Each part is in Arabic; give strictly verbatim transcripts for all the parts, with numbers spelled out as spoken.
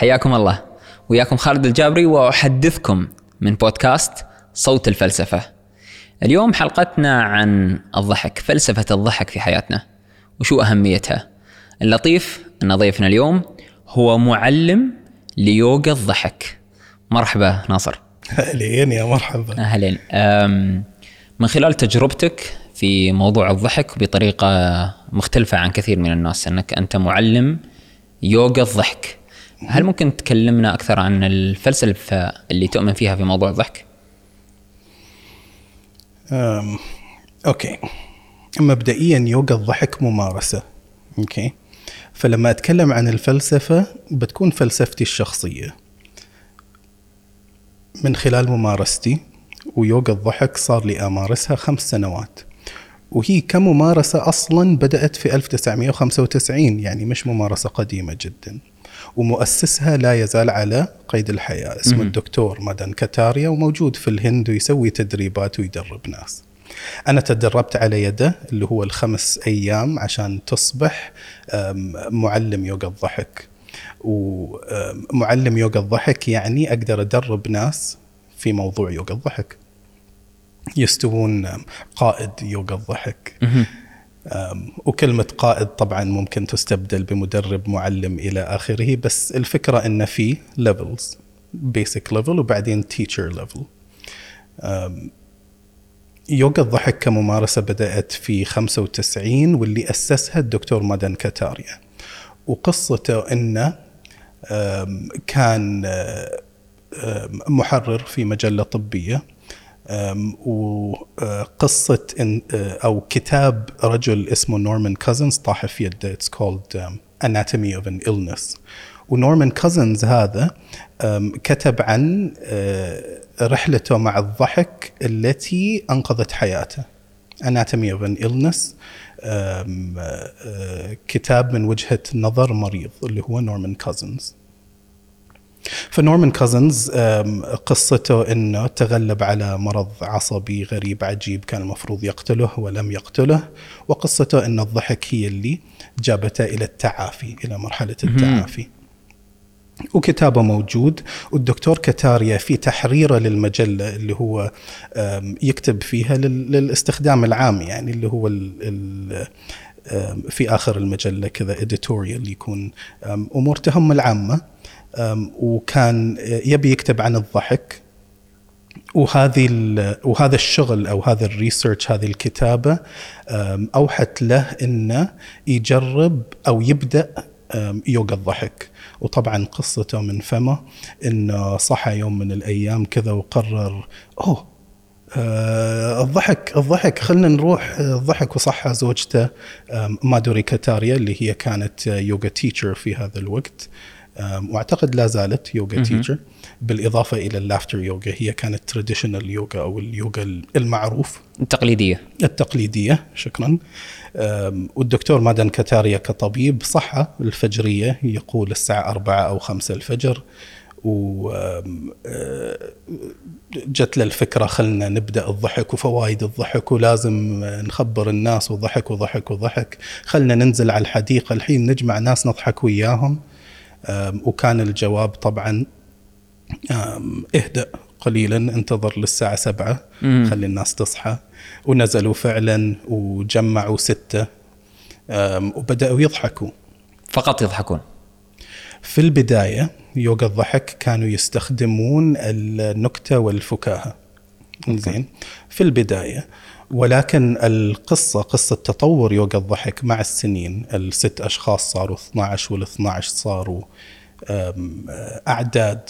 حياكم الله، وياكم خالد الجابري، وأحدثكم من بودكاست صوت الفلسفة. اليوم حلقتنا عن الضحك، فلسفة الضحك في حياتنا وشو أهميتها. اللطيف أن ضيفنا اليوم هو معلم ليوغا الضحك. مرحبا ناصر. أهلين يا مرحبا. أهلين. من خلال تجربتك في موضوع الضحك بطريقة مختلفة عن كثير من الناس، أنك أنت معلم يوغا الضحك، هل ممكن تكلمنا أكثر عن الفلسفة اللي تؤمن فيها في موضوع الضحك؟ أم، أوكي. مبدئيا يوغا الضحك ممارسة. أوكي. فلما أتكلم عن الفلسفة بتكون فلسفتي الشخصية من خلال ممارستي، ويوغا الضحك صار لي أمارسها خمس سنوات، وهي كممارسة أصلا بدأت في ألف وتسعمائة وخمسة وتسعين، يعني مش ممارسة قديمة جدا. ومؤسسها لا يزال على قيد الحياة، اسمه الدكتور مادان كتاريا، وموجود في الهند ويسوي تدريبات ويدرب ناس. أنا تدربت على يده اللي هو الخمس أيام عشان تصبح معلم يوغا الضحك. ومعلم يوغا الضحك يعني أقدر أدرب ناس في موضوع يوغا الضحك، يستوون قائد يوغا الضحك. وكلمة قائد طبعا ممكن تستبدل بمدرب، معلم إلى آخره، بس الفكرة إن في levels، basic level وبعدين teacher level. يوغا الضحك كممارسة بدأت في خمسة وتسعين، واللي أسسها الدكتور مادان كتاريا. وقصته إنه كان محرر في مجلة طبية، وقصة أو كتاب رجل اسمه نورمان كوزنز طاح في يده. It's called um, Anatomy of an Illness. ونورمان كوزنز هذا كتب عن رحلته مع الضحك التي أنقذت حياته. Anatomy of an Illness، كتاب من وجهة نظر مريض اللي هو نورمان كوزنز. فنورمان كوزنز قصته إنه تغلب على مرض عصبي غريب عجيب كان المفروض يقتله ولم يقتله، وقصته إن الضحك هي اللي جابته إلى التعافي، إلى مرحلة التعافي. وكتابه موجود، والدكتور كتاريا في تحريره للمجلة اللي هو يكتب فيها للاستخدام العام، يعني اللي هو في آخر المجلة كذا editorial يكون أمور تهم العامة، وكان يبي يكتب عن الضحك. وهذه وهذا الشغل أو هذا الريسيرش، هذه الكتابة أوحت له إنه يجرب أو يبدأ يوغا الضحك. وطبعا قصته من فمه إنه صحى يوم من الأيام كذا وقرر أوه آه الضحك الضحك خلنا نروح الضحك. وصحى زوجته مادوري كتاريا اللي هي كانت يوغا تيتشر في هذا الوقت، واعتقد لا زالت يوغا تيتشر، بالإضافة إلى اللافتر يوغا. هي كانت تراديشنال يوغا أو اليوغا المعروف التقليدية التقليدية شكرا. والدكتور مادان كتاريا كطبيب صحة الفجرية، يقول الساعة أربعة أو خمسة الفجر، وجت له الفكرة خلنا نبدأ الضحك وفوائد الضحك، ولازم نخبر الناس، وضحك وضحك وضحك. خلنا ننزل على الحديقة الحين نجمع ناس نضحك وياهم. وكان الجواب طبعا اهدأ قليلا، انتظر للساعة سبعة، خلي الناس تصحى. ونزلوا فعلا وجمعوا ستة وبدأوا يضحكوا، فقط يضحكون. في البداية يوغا الضحك كانوا يستخدمون النكتة والفكاهة، زين، في البداية. ولكن القصة قصة تطور يوغا الضحك مع السنين. الست أشخاص صاروا اثنا عشر، والاثنا عشر صاروا أعداد،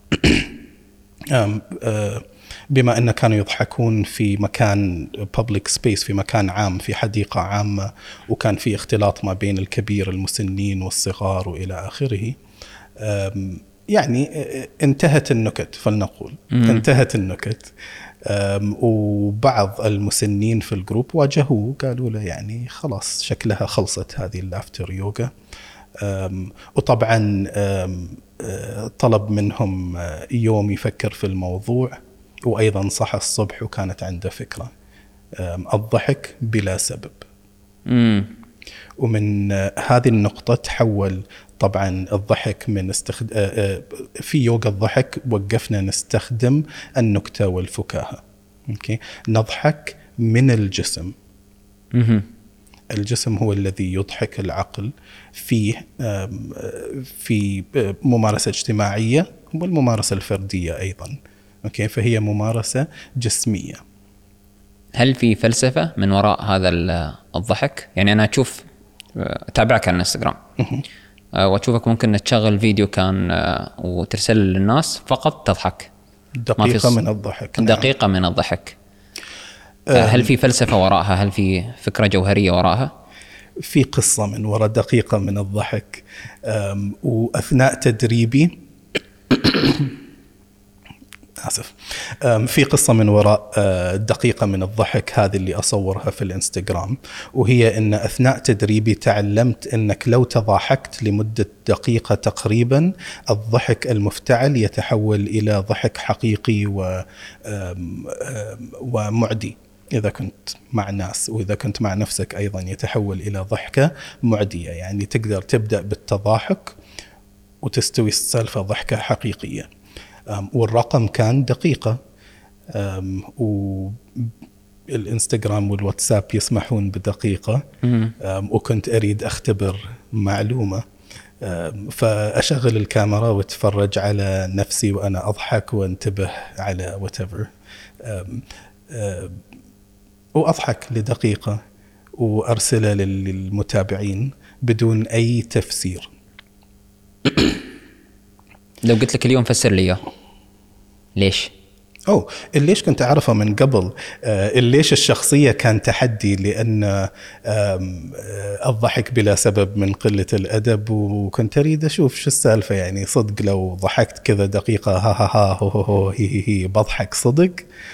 بما أن كانوا يضحكون في مكان public space، في مكان عام، في حديقة عامة، وكان في اختلاط ما بين الكبير المسنين والصغار وإلى آخره. يعني انتهت النكت، فلنقول انتهت النكت. وبعض المسنين في الجروب واجهوه، قالوا له يعني خلاص شكلها خلصت هذه اللافتر يوغا. وطبعا طلب منهم يوم يفكر في الموضوع، وأيضا صحى الصبح وكانت عنده فكرة، الضحك بلا سبب. ومن هذه النقطة تحول طبعا الضحك من استخد... في يوغا الضحك وقفنا نستخدم النكتة والفكاهة. أوكي؟ نضحك من الجسم. الجسم هو الذي يضحك العقل فيه في ممارسة اجتماعية والممارسة الفردية أيضا. أوكي؟ فهي ممارسة جسمية. هل في فلسفة من وراء هذا الضحك؟ يعني أنا أشوف أتابعك على الانستغرام وأشوفك ممكن تشغل فيديو كان وترسل للناس فقط تضحك. دقيقة من الضحك. دقيقة نعم. من الضحك. هل في فلسفة وراءها؟ هل في فكرة جوهرية وراءها؟ في قصة من وراء دقيقة من الضحك. وأثناء تدريبي آسف في قصة من وراء دقيقة من الضحك هذه اللي أصورها في الانستغرام، وهي أن أثناء تدريبي تعلمت أنك لو تضاحكت لمدة دقيقة تقريبا الضحك المفتعل يتحول إلى ضحك حقيقي و ومعدي. إذا كنت مع ناس وإذا كنت مع نفسك أيضا يتحول إلى ضحكة معدية، يعني تقدر تبدأ بالتضاحك وتستوي السالفة ضحكة حقيقية. والرقم كان دقيقة، والإنستغرام والواتساب يسمحون بدقيقة، وكنت أريد أختبر معلومة، فأشغل الكاميرا واتفرج على نفسي وأنا أضحك وانتبه على whatever، وأضحك لدقيقة وأرسله للمتابعين بدون أي تفسير. لو قلت لك اليوم فسر لي إياه ليش؟ أو الليش كنت أعرفه من قبل. الليش الشخصية كان تحدي، لأن الضحك بلا سبب من قلة الأدب، وكنت أريد أشوف شو السالفة، يعني صدق لو ضحكت كذا دقيقة ها ها ها هو هو هي هي بضحك صدق.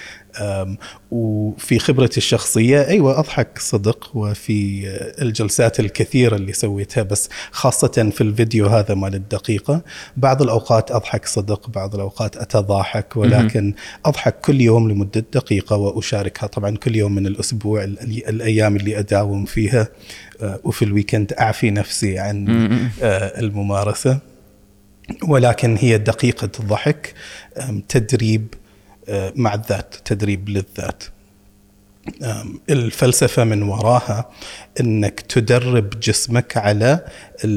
وفي خبرتي الشخصية أيوة أضحك صدق، وفي الجلسات الكثيرة اللي سويتها، بس خاصة في الفيديو هذا مال الدقيقة بعض الأوقات أضحك صدق، بعض الأوقات أتضاحك، ولكن أضحك كل يوم لمدة دقيقة وأشاركها طبعا كل يوم من الأسبوع، الأيام اللي أداوم فيها، وفي الويكند أعفي نفسي عن الممارسة. ولكن هي دقيقة الضحك تدريب مع الذات، تدريب للذات. الفلسفة من وراها أنك تدرب جسمك على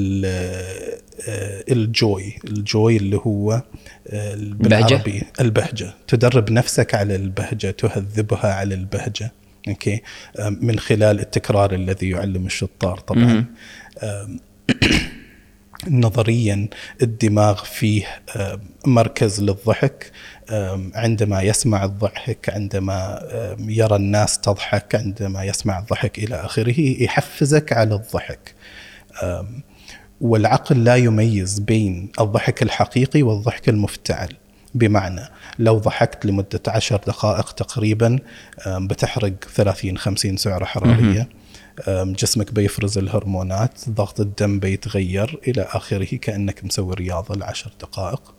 الجوي الجوي اللي هو بالعربي البهجة. تدرب نفسك على البهجة، تهذبها على البهجة. أوكي؟ من خلال التكرار الذي يعلم الشطار طبعا. نظريا الدماغ فيه مركز للضحك، عندما يسمع الضحك، عندما يرى الناس تضحك، عندما يسمع الضحك إلى آخره، يحفزك على الضحك. والعقل لا يميز بين الضحك الحقيقي والضحك المفتعل. بمعنى لو ضحكت لمدة عشر دقائق تقريبا بتحرق ثلاثين خمسين سعرة حرارية، جسمك بيفرز الهرمونات، ضغط الدم بيتغير إلى آخره، كأنك مسوي رياضة لعشر دقائق،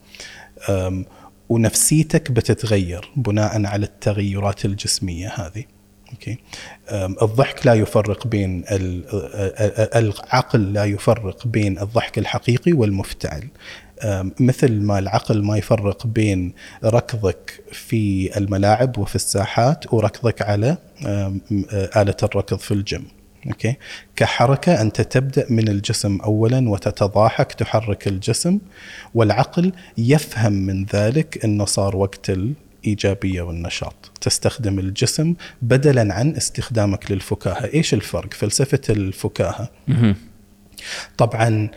ونفسيتك بتتغير بناء على التغيرات الجسمية هذه. أوكي. الضحك لا يفرق بين العقل لا يفرق بين الضحك الحقيقي والمفتعل، مثل ما العقل ما يفرق بين ركضك في الملاعب وفي الساحات وركضك على آلة الركض في الجيم. أوكي. كحركة أنت تبدأ من الجسم أولا وتتضاحك، تحرك الجسم، والعقل يفهم من ذلك أنه صار وقت الإيجابية والنشاط، تستخدم الجسم بدلا عن استخدامك للفكاهة. إيش الفرق؟ فلسفة الفكاهة طبعا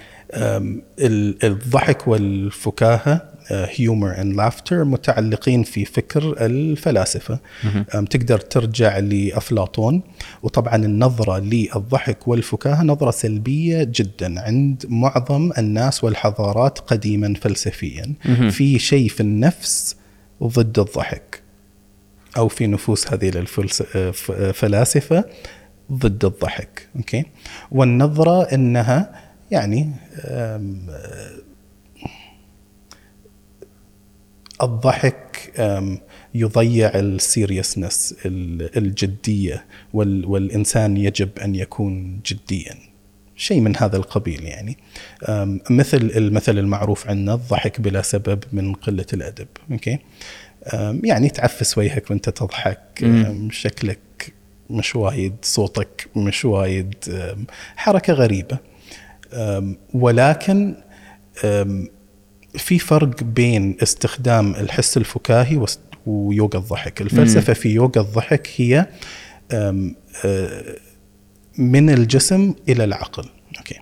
الضحك والفكاهة humor and laughter متعلقين في فكر الفلاسفة. تقدر ترجع لأفلاطون، وطبعا النظرة للضحك والفكاهة نظرة سلبية جدا عند معظم الناس والحضارات قديما فلسفيا. في شيء في النفس ضد الضحك، أو في نفوس هذه الفلاسفة ضد الضحك. أوكي. والنظرة إنها يعني الضحك يضيع السيريسنس، الجدية، والإنسان يجب أن يكون جديا. شيء من هذا القبيل يعني. مثل المثل المعروف عنا الضحك بلا سبب من قلة الأدب. أوكي، يعني تعفس وجهك وانت تضحك، شكلك مش وايد، صوتك مش وايد، حركة غريبة. ولكن في فرق بين استخدام الحس الفكاهي ويوغا الضحك. الفلسفة في يوغا الضحك هي من الجسم إلى العقل. أوكي.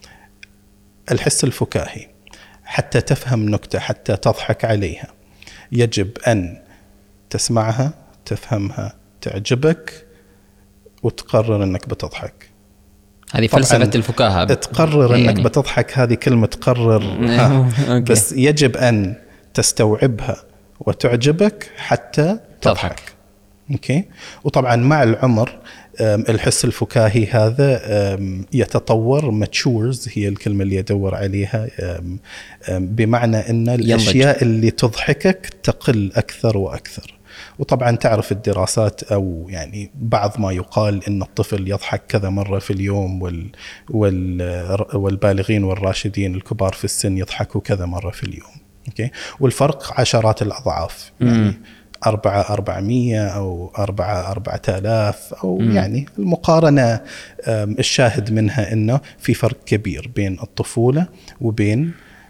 الحس الفكاهي حتى تفهم نكتة، حتى تضحك عليها، يجب أن تسمعها، تفهمها، تعجبك، وتقرر أنك بتضحك. هذه فلسفة الفكاهة. تقرر يعني. أنك بتضحك، هذه كلمة تقرر. بس يجب أن تستوعبها وتعجبك حتى تضحك. تضحك. أوكي. وطبعا مع العمر الحس الفكاهي هذا يتطور، matures هي الكلمة اللي يدور عليها، بمعنى أن الأشياء اللي تضحكك تقل أكثر وأكثر. وطبعا تعرف الدراسات أو يعني بعض ما يقال إن الطفل يضحك كذا مرة في اليوم، وال وال والبالغين والراشدين الكبار في السن يضحكوا كذا مرة في اليوم. أوكي. والفرق عشرات الأضعاف، يعني أربعة أربعمية أو أربعة أربعة آلاف أو م. يعني المقارنة الشاهد منها إنه في فرق كبير بين الطفولة وبين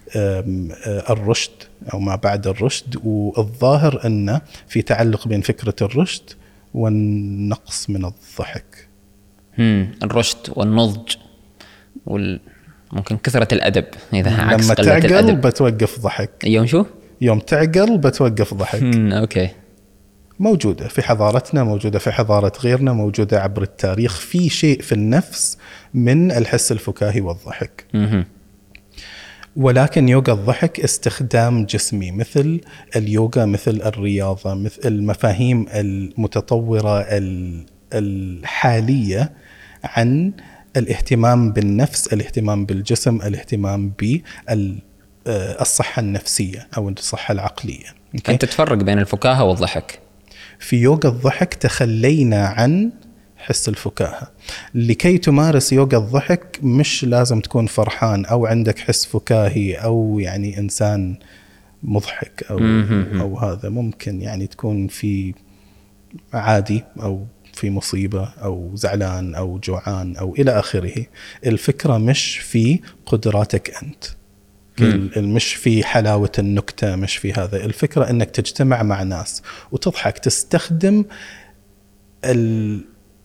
الرشد أو ما بعد الرشد. والظاهر أنه في تعلق بين فكرة الرشد والنقص من الضحك. مم. الرشد والنضج وممكن كثرة الأدب. إذا عكس لما قلة تعقل الأدب بتوقف ضحك. يوم شو؟ يوم تعقل بتوقف ضحك. مم. أوكي. موجودة في حضارتنا، موجودة في حضارة غيرنا، موجودة عبر التاريخ. في شيء في النفس من الحس الفكاهي والضحك. مم. ولكن يوغا الضحك استخدام جسمي، مثل اليوغا، مثل الرياضة، مثل المفاهيم المتطورة الحالية عن الاهتمام بالنفس، الاهتمام بالجسم، الاهتمام بالصحة النفسية أو الصحة العقلية. أنت تفرق بين الفكاهة والضحك. في يوغا الضحك تخلينا عن حس الفكاهة. لكي تمارس يوغا الضحك مش لازم تكون فرحان أو عندك حس فكاهي أو يعني إنسان مضحك أو, أو هذا. ممكن يعني تكون في عادي أو في مصيبة أو زعلان أو جوعان أو إلى آخره. الفكرة مش في قدراتك أنت، مش في حلاوة النكتة، مش في هذا. الفكرة أنك تجتمع مع ناس وتضحك، تستخدم ال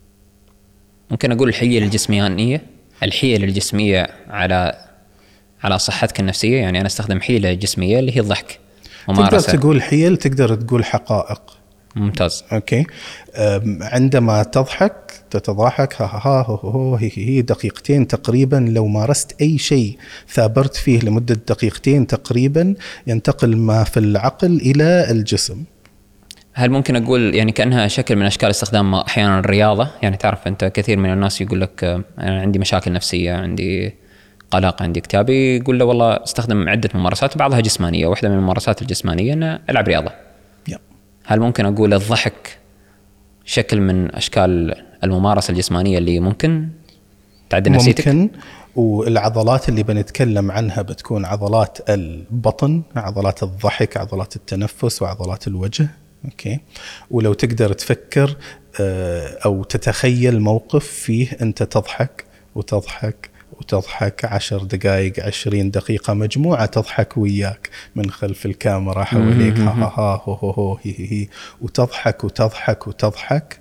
ممكن أقول الحيل الجسمية، الحيل الجسمية على على صحتك النفسية. يعني أنا أستخدم حيلة جسمية اللي هي الضحك. تقدر تقول حيل، تقدر تقول حقائق. ممتاز. أوكي. عندما تضحك تتضاحك ها ها ها ها هي هي دقيقتين تقريبا. لو مارست أي شيء ثابرت فيه لمدة دقيقتين تقريبا ينتقل ما في العقل إلى الجسم. هل ممكن أقول يعني كأنها شكل من أشكال استخدام أحيانا الرياضة؟ يعني تعرف أنت كثير من الناس يقول لك أنا عندي مشاكل نفسية، عندي قلق، عندي اكتئاب، يقول له والله استخدم عدة ممارسات بعضها جسمانية. واحدة من الممارسات الجسمانية أن ألعب رياضة. يب. هل ممكن أقول الضحك شكل من أشكال الممارسة الجسمانية اللي ممكن تعدل نفسيتك؟ ممكن. والعضلات اللي بنتكلم عنها بتكون عضلات البطن، عضلات الضحك، عضلات التنفس، وعضلات الوجه. أوكي. ولو تقدر تفكر أو تتخيل موقف فيه أنت تضحك وتضحك وتضحك عشر دقائق، عشرين دقيقة، مجموعة تضحك وياك من خلف الكاميرا حواليك، ها ها ها هو هو هو هي هي، وتضحك وتضحك وتضحك.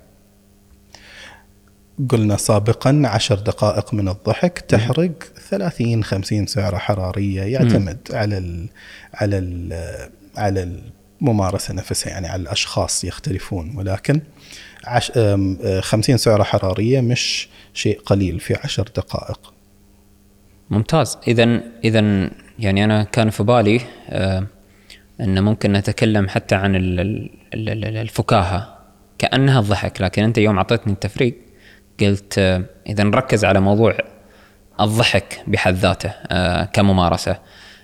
قلنا سابقا عشر دقائق من الضحك تحرق ثلاثين خمسين سعرة حرارية، يعتمد على ال على ال على الممارسة نفسها، يعني على الأشخاص يختلفون. ولكن عش خمسين سعرة حرارية مش شيء قليل في عشر دقائق. ممتاز. إذن إذن يعني أنا كان في بالي آه أن ممكن نتكلم حتى عن الفكاهة كأنها الضحك، لكن أنت يوم عطيتني التفريق قلت آه إذا نركز على موضوع الضحك بحد ذاته آه كممارسة.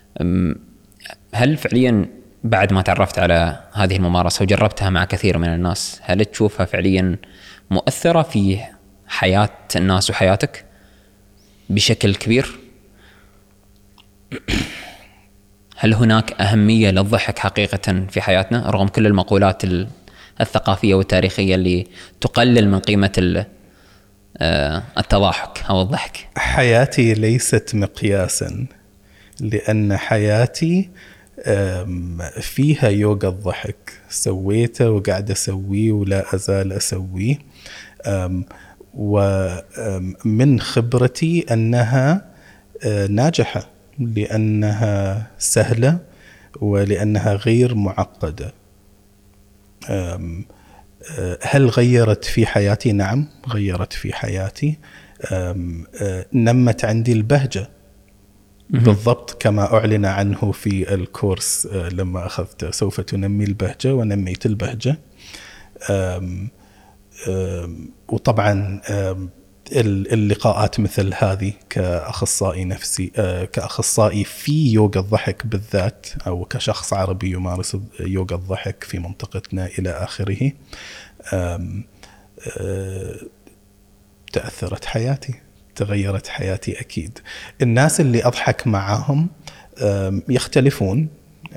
هل فعليا بعد ما تعرفت على هذه الممارسة وجربتها مع كثير من الناس، هل تشوفها فعليا مؤثرة في حياة الناس وحياتك؟ بشكل كبير؟ هل هناك أهمية للضحك حقيقة في حياتنا رغم كل المقولات الثقافية والتاريخية اللي تقلل من قيمة التضاحك أو الضحك؟ حياتي ليست مقياسا، لأن حياتي فيها يوغا الضحك، سويته وقاعد أسويه ولا أزال أسويه، ومن خبرتي أنها ناجحة لأنها سهلة ولأنها غير معقدة. هل غيرت في حياتي؟ نعم غيرت في حياتي. نمت عندي البهجة بالضبط كما أعلن عنه في الكورس لما أخذته، سوف تنمي البهجة، ونميت البهجة. أم أم وطبعا أم اللقاءات مثل هذه كأخصائي نفسي، كأخصائي في يوغا الضحك بالذات، أو كشخص عربي يمارس يوغا الضحك في منطقتنا إلى آخره، تأثرت حياتي، تغيرت حياتي أكيد. الناس اللي أضحك معهم يختلفون،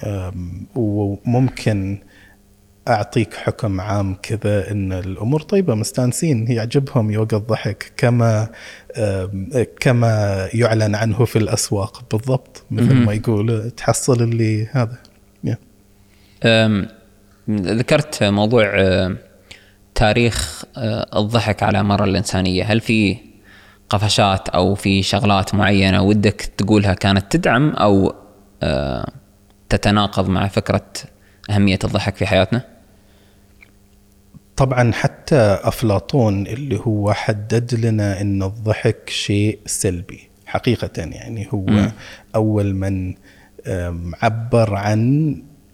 وممكن أعطيك حكم عام كذا إن الأمور طيبة مستانسين يعجبهم يوغا الضحك كما كما يعلن عنه في الأسواق بالضبط، مثل ما يقول تحصل اللي هذا. ذكرت موضوع تاريخ الضحك على مر الإنسانية، هل في قفشات أو في شغلات معينة ودك تقولها كانت تدعم أو تتناقض مع فكرة أهمية الضحك في حياتنا؟ طبعا حتى أفلاطون اللي هو حدد لنا إن الضحك شيء سلبي حقيقة، يعني هو م. أول من عبر عن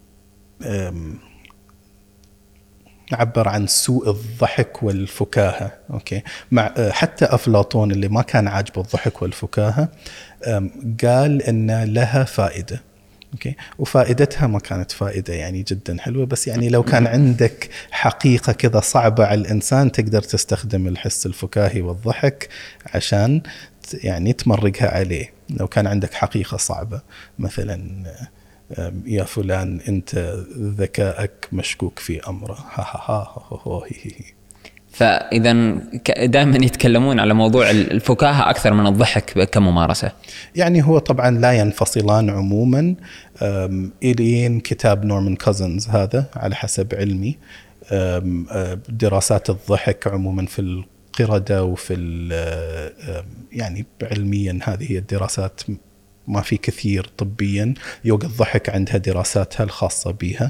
عبر عن سوء الضحك والفكاهة. أوكي، مع حتى أفلاطون اللي ما كان عاجبه الضحك والفكاهة قال إن لها فائدة. أوكي، وفائدتها ما كانت فائدة يعني جدا حلوة، بس يعني لو كان عندك حقيقة كذا صعبة على الإنسان تقدر تستخدم الحس الفكاهي والضحك عشان يعني تمرقها عليه. لو كان عندك حقيقة صعبة مثلا يا فلان أنت ذكائك مشكوك في أمره، ها ها ها ها ها هي هي. فإذا دائما يتكلمون على موضوع الفكاهة أكثر من الضحك كممارسة. يعني هو طبعا لا ينفصلان عموما. إلين كتاب نورمان كوزنز هذا على حسب علمي، دراسات الضحك عموما في القردة وفي يعني علميا هذه هي الدراسات، ما في كثير طبيا. يوغا الضحك عندها دراساتها الخاصة بها،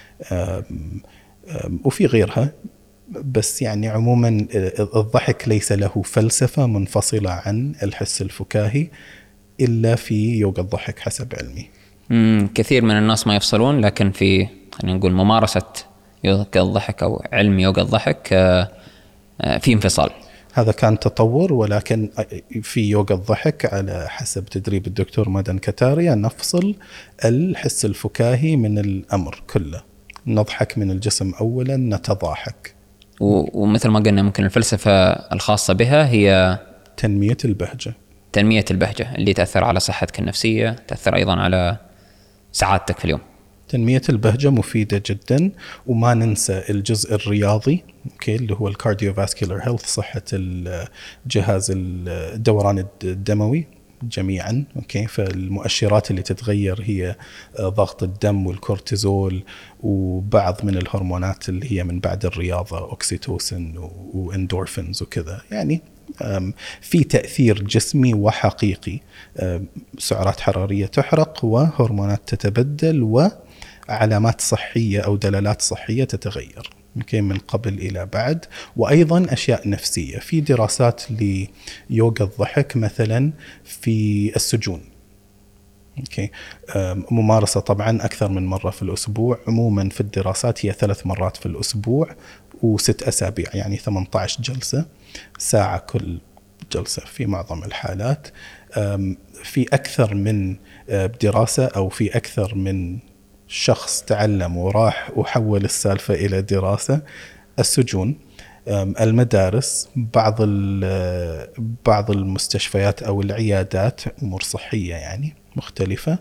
وفي غيرها، بس يعني عموما الضحك ليس له فلسفة منفصلة عن الحس الفكاهي إلا في يوغا الضحك حسب علمي. كثير من الناس ما يفصلون، لكن في خلينا نقول ممارسة يوغا الضحك أو علم يوغا الضحك في انفصال. هذا كان تطور، ولكن في يوغا الضحك على حسب تدريب الدكتور مادن كتاريا نفصل الحس الفكاهي من الأمر كله، نضحك من الجسم أولا نتضاحك. ومثل ما قلنا ممكن الفلسفة الخاصة بها هي تنمية البهجة، تنمية البهجة اللي تأثر على صحتك النفسية، تأثر أيضا على سعادتك في اليوم. تنمية البهجة مفيدة جدا، وما ننسى الجزء الرياضي، اوكي، اللي هو الكارديوفاسكولار هيلث، صحة الجهاز الدوران الدموي جميعا. اوكي، فالمؤشرات اللي تتغير هي ضغط الدم والكورتيزول وبعض من الهرمونات اللي هي من بعد الرياضة، اوكسيتوسين واندورفينز وكذا. يعني في تأثير جسمي وحقيقي، سعرات حرارية تحرق وهرمونات تتبدل وعلامات صحية أو دلالات صحية تتغير من قبل إلى بعد، وأيضا أشياء نفسية. في دراسات ليوغا الضحك مثلا في السجون، أوكي، ممارسة طبعا أكثر من مرة في الأسبوع. عموما في الدراسات هي ثلاث مرات في الأسبوع وست أسابيع، يعني ثمانية عشر جلسة، ساعة كل جلسة في معظم الحالات. في أكثر من دراسة أو في أكثر من شخص تعلم وراح وحول السالفة إلى دراسة. السجون المدارس، بعض بعض المستشفيات أو العيادات، أمور صحية يعني مختلفة،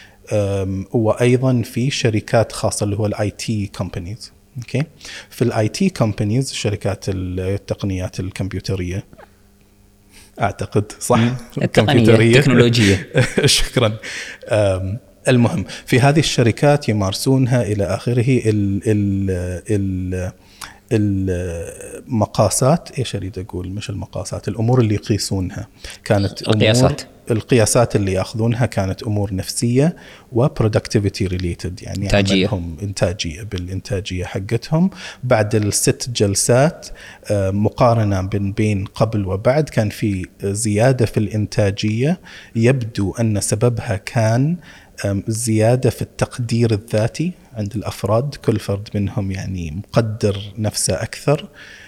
وأيضا في شركات خاصة اللي هو الاي تي كومبانيز. اوكي، في الاي تي كومبانيز شركات التقنيات الكمبيوترية أعتقد صح؟ التقنية التكنولوجية. شكرا. المهم في هذه الشركات يمارسونها إلى آخره ال ال ال المقاسات، إيش أريد أقول، مش المقاسات، الأمور اللي يقيسونها كانت القياسات. القياسات اللي يأخذونها كانت أمور نفسية و productivity related، يعني إنتاجية. عملهم إنتاجية، بالإنتاجية حقتهم. بعد الست جلسات مقارنة بين بين قبل وبعد كان في زيادة في الإنتاجية، يبدو أن سببها كان زيادة في التقدير الذاتي عند الأفراد، كل فرد منهم يعني مقدر نفسه أكثر،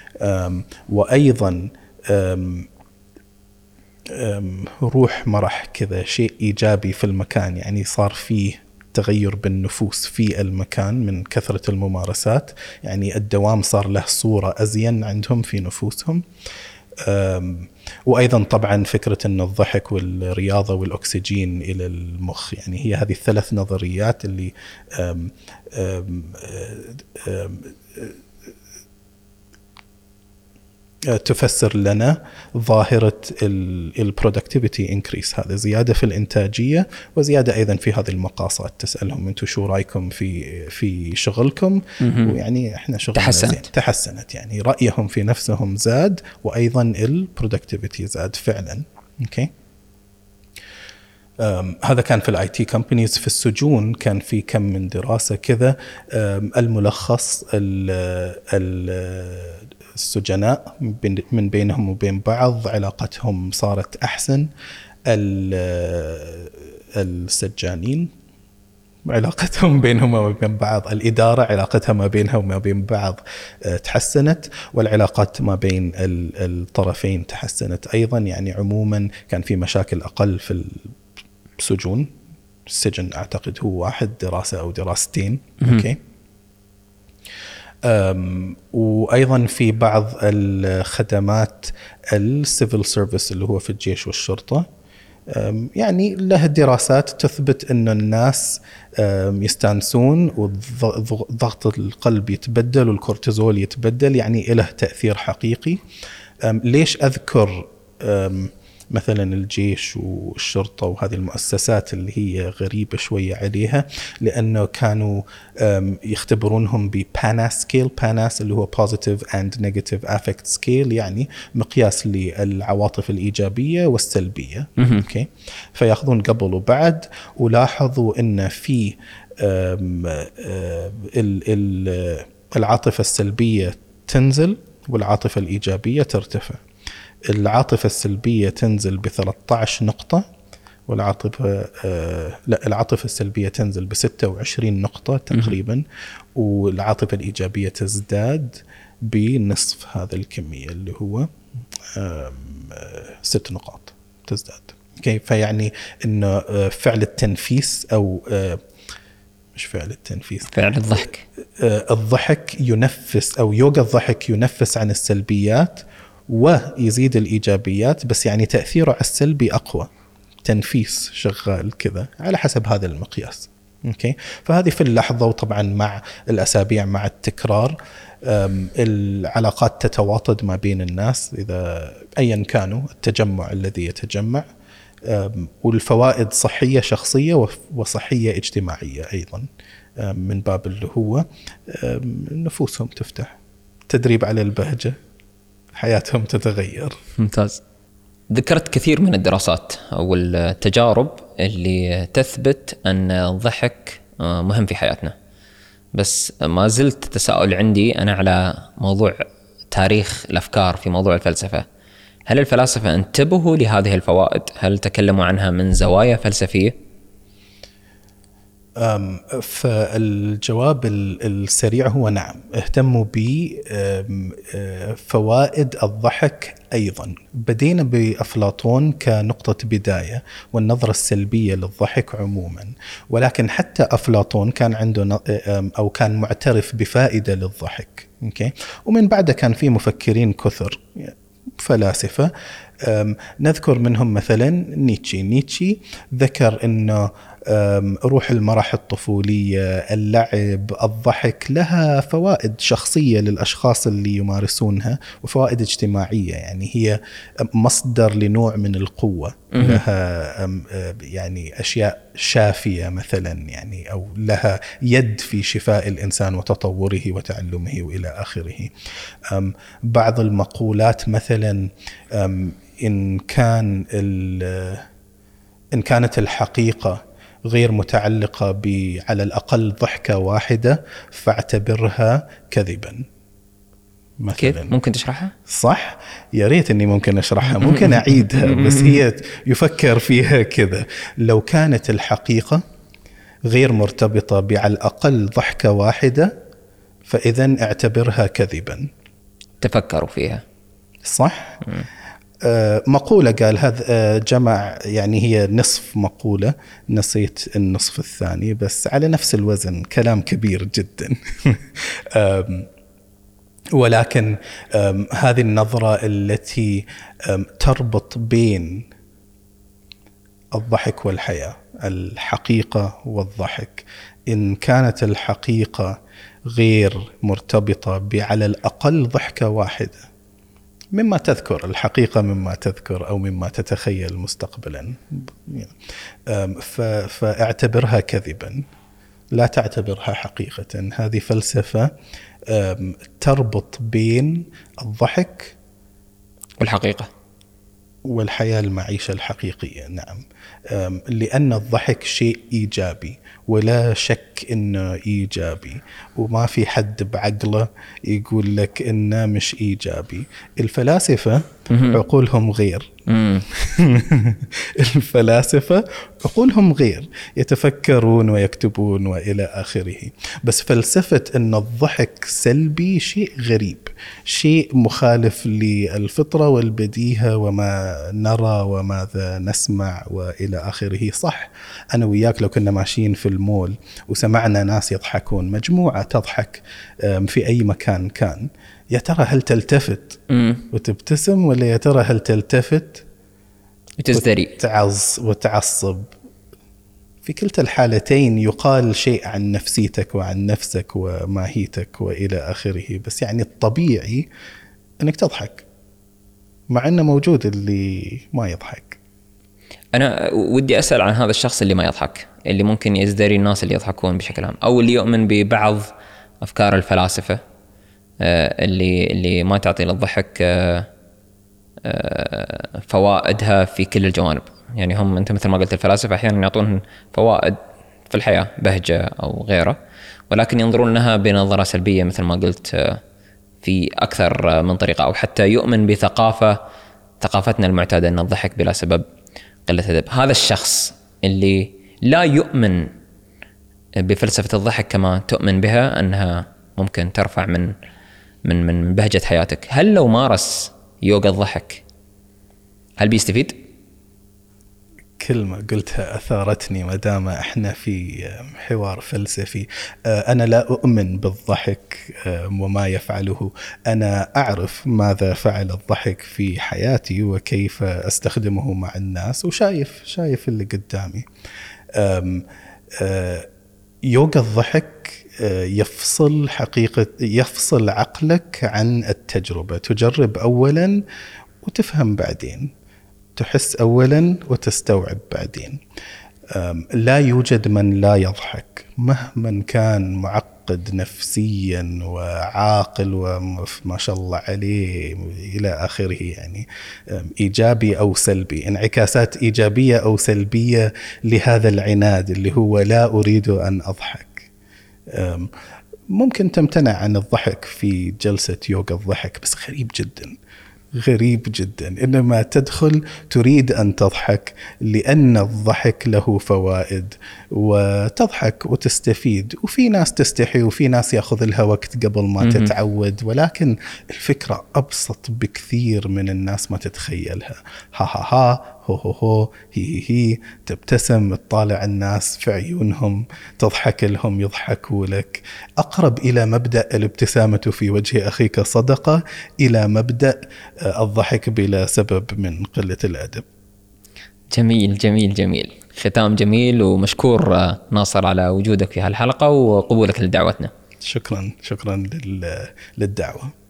وأيضا روح مرح كذا، شيء إيجابي في المكان، يعني صار فيه تغير بالنفوس في المكان من كثرة الممارسات، يعني الدوام صار له صورة أزين عندهم في نفوسهم. وأيضا طبعا فكرة أن الضحك والرياضة والأكسجين إلى المخ، يعني هي هذه الثلاث نظريات اللي أم أم أم تفسر لنا ظاهرة البرودكتيفيتي انكريس، هذا زيادة في الإنتاجية وزيادة أيضا في هذه المقاصات. تسألهم أنتم شو رأيكم في في شغلكم، ويعني إحنا شغلنا تحسنت. تحسنت، يعني رأيهم في نفسهم زاد، وأيضا البرودكتيفيتي زاد فعلا. أوكي، هذا كان في الاي تي كومبانيز. في السجون كان في كم من دراسة كذا، الملخص ال السجناء من بينهم وبين بعض علاقتهم صارت أحسن، السجانين علاقتهم بينهم وبين بعض، الإدارة علاقتها ما بينها وما بين بعض تحسنت، والعلاقات ما بين الطرفين تحسنت أيضا. يعني عموما كان في مشاكل أقل في السجون. السجن أعتقد هو واحد دراسة أو دراستين. أوكي، وأيضا في بعض الخدمات السيفل سيرفيس اللي هو في الجيش والشرطة، يعني له دراسات تثبت أن الناس يستانسون وضغط القلب يتبدل والكورتيزول يتبدل، يعني له تأثير حقيقي. ليش أذكر مثلا الجيش والشرطة وهذه المؤسسات اللي هي غريبة شوية عليها؟ لأنه كانوا يختبرونهم ببانا سكيل، بانا اللي هو positive and negative affect scale، يعني مقياس للعواطف الإيجابية والسلبية. أوكي، فيأخذون قبل وبعد، ولاحظوا أن في العاطفة السلبية تنزل والعاطفة الإيجابية ترتفع. العاطفة السلبية تنزل بثلاثة عشر نقطة، والعاطفة آه لا العاطفة السلبية تنزل بستة وعشرين نقطة تقريبا، والعاطفة الإيجابية تزداد بنصف هذا الكمية اللي هو آه ست نقاط تزداد. okay. فيعني إنه فعل التنفيس أو آه مش فعل التنفيس، فعل الضحك آه الضحك ينفس، أو يوجا الضحك ينفس عن السلبيات ويزيد الإيجابيات، بس يعني تأثيره على السلبي أقوى، تنفيس شغال كذا على حسب هذا المقياس. أوكي، فهذه في اللحظة، وطبعا مع الأسابيع مع التكرار العلاقات تتواطد ما بين الناس إذا أيا كانوا التجمع الذي يتجمع، والفوائد صحية شخصية وصحية اجتماعية أيضا، من باب اللي هو نفوسهم تفتح، تدريب على البهجة، حياتهم تتغير. ممتاز. ذكرت كثير من الدراسات أو التجارب اللي تثبت أن الضحك مهم في حياتنا، بس ما زلت تساؤل عندي أنا على موضوع تاريخ الأفكار في موضوع الفلسفة. هل الفلاسفة انتبهوا لهذه الفوائد؟ هل تكلموا عنها من زوايا فلسفية؟ فالجواب السريع هو نعم، اهتموا بفوائد الضحك أيضا. بدينا بأفلاطون كنقطة بداية والنظرة السلبية للضحك عموما، ولكن حتى أفلاطون كان عنده أو كان معترف بفائدة للضحك. أوكي؟ ومن بعده كان في مفكرين كثر فلاسفة، نذكر منهم مثلا نيتشه. نيتشه ذكر أنه روح المرح الطفولية، اللعب، الضحك لها فوائد شخصية للأشخاص اللي يمارسونها وفوائد اجتماعية، يعني هي مصدر لنوع من القوة، لها يعني أشياء شافية مثلا، يعني أو لها يد في شفاء الإنسان وتطوره وتعلمه وإلى آخره. بعض المقولات مثلا إن كان إن كانت الحقيقة غير متعلقة ب على الأقل ضحكة واحدة فاعتبرها كذبا مثلا. كيف ممكن تشرحها؟ صح، يا ريت إني ممكن أشرحها، ممكن أعيدها، بس هي يفكر فيها كذا: لو كانت الحقيقة غير مرتبطة بعلى الأقل ضحكة واحدة فإذن اعتبرها كذبا. تفكروا فيها. صح. مقولة قال هذا، جمع يعني هي نصف مقولة، نسيت النصف الثاني، بس على نفس الوزن، كلام كبير جدا. ولكن هذه النظرة التي تربط بين الضحك والحياة، الحقيقة والضحك، إن كانت الحقيقة غير مرتبطة بعلى الأقل ضحكة واحدة مما تذكر الحقيقة، مما تذكر أو مما تتخيل مستقبلا، فاعتبرها كذبا، لا تعتبرها حقيقة. هذه فلسفة تربط بين الضحك والحقيقة والحياة، المعيشة الحقيقية. نعم، لأن الضحك شيء إيجابي ولا شك إنه إيجابي، وما في حد بعقله يقول لك إنه مش إيجابي. الفلاسفة عقولهم غير. الفلاسفة عقولهم غير، يتفكرون ويكتبون وإلى آخره. بس فلسفة إن الضحك سلبي شيء غريب، شيء مخالف للفطرة والبديهة وما نرى وماذا نسمع وإلى آخره. صح، أنا وياك لو كنا ماشيين في المول وسمعنا ناس يضحكون، مجموعة تضحك في أي مكان كان، يا ترى هل تلتفت وتبتسم، ولا يا ترى هل تلتفت وتزدري وتعص وتعصب؟ في كلتا الحالتين يقال شيء عن نفسيتك وعن نفسك وماهيتك وإلى آخره. بس يعني الطبيعي أنك تضحك، مع أنه موجود اللي ما يضحك. أنا ودي أسأل عن هذا الشخص اللي ما يضحك، اللي ممكن يزدري الناس اللي يضحكون بشكل عام، أو اللي يؤمن ببعض أفكار الفلاسفة اللي اللي ما تعطي للضحك فوائدها في كل الجوانب. يعني هم أنت مثل ما قلت الفلاسفة أحيانا يعطون فوائد في الحياة، بهجة أو غيره، ولكن ينظرون لها بنظرة سلبية مثل ما قلت في أكثر من طريقة، أو حتى يؤمن بثقافة ثقافتنا المعتادة أن الضحك بلا سبب قلة أدب. هذا الشخص اللي لا يؤمن بفلسفة الضحك كما تؤمن بها أنها ممكن ترفع من من من بهجة حياتك، هل لو مارس يوغا الضحك هل بيستفيد؟ كلمة قلتها أثارتني ما دام إحنا في حوار فلسفي. أنا لا أؤمن بالضحك وما يفعله، أنا أعرف ماذا فعل الضحك في حياتي وكيف أستخدمه مع الناس، وشايف شايف اللي قدامي. يوغا الضحك يفصل حقيقة يفصل عقلك عن التجربة. تجرب أولا وتفهم بعدين، تحس أولا وتستوعب بعدين. لا يوجد من لا يضحك مهما كان معقد نفسيا وعاقل وما شاء الله عليه إلى آخره، يعني إيجابي أو سلبي، انعكاسات إيجابية أو سلبية لهذا العناد اللي هو لا أريد أن أضحك. ممكن تمتنع عن الضحك في جلسة يوغا الضحك، بس غريب جدا غريب جدا، إنما تدخل تريد أن تضحك لأن الضحك له فوائد، وتضحك وتستفيد. وفي ناس تستحي وفي ناس يأخذ لها وقت قبل ما تتعود، ولكن الفكرة أبسط بكثير من الناس ما تتخيلها. ها ها ها هو هو هو هي هي، تبتسم، تطالع الناس في عيونهم، تضحك لهم، يضحكوا لك. أقرب إلى مبدأ الابتسامة في وجه أخيك صدقة إلى مبدأ الضحك بلا سبب من قلة الأدب. جميل جميل جميل، ختام جميل، ومشكور ناصر على وجودك في هالحلقة وقبولك لدعوتنا. شكرا شكرا للدعوة.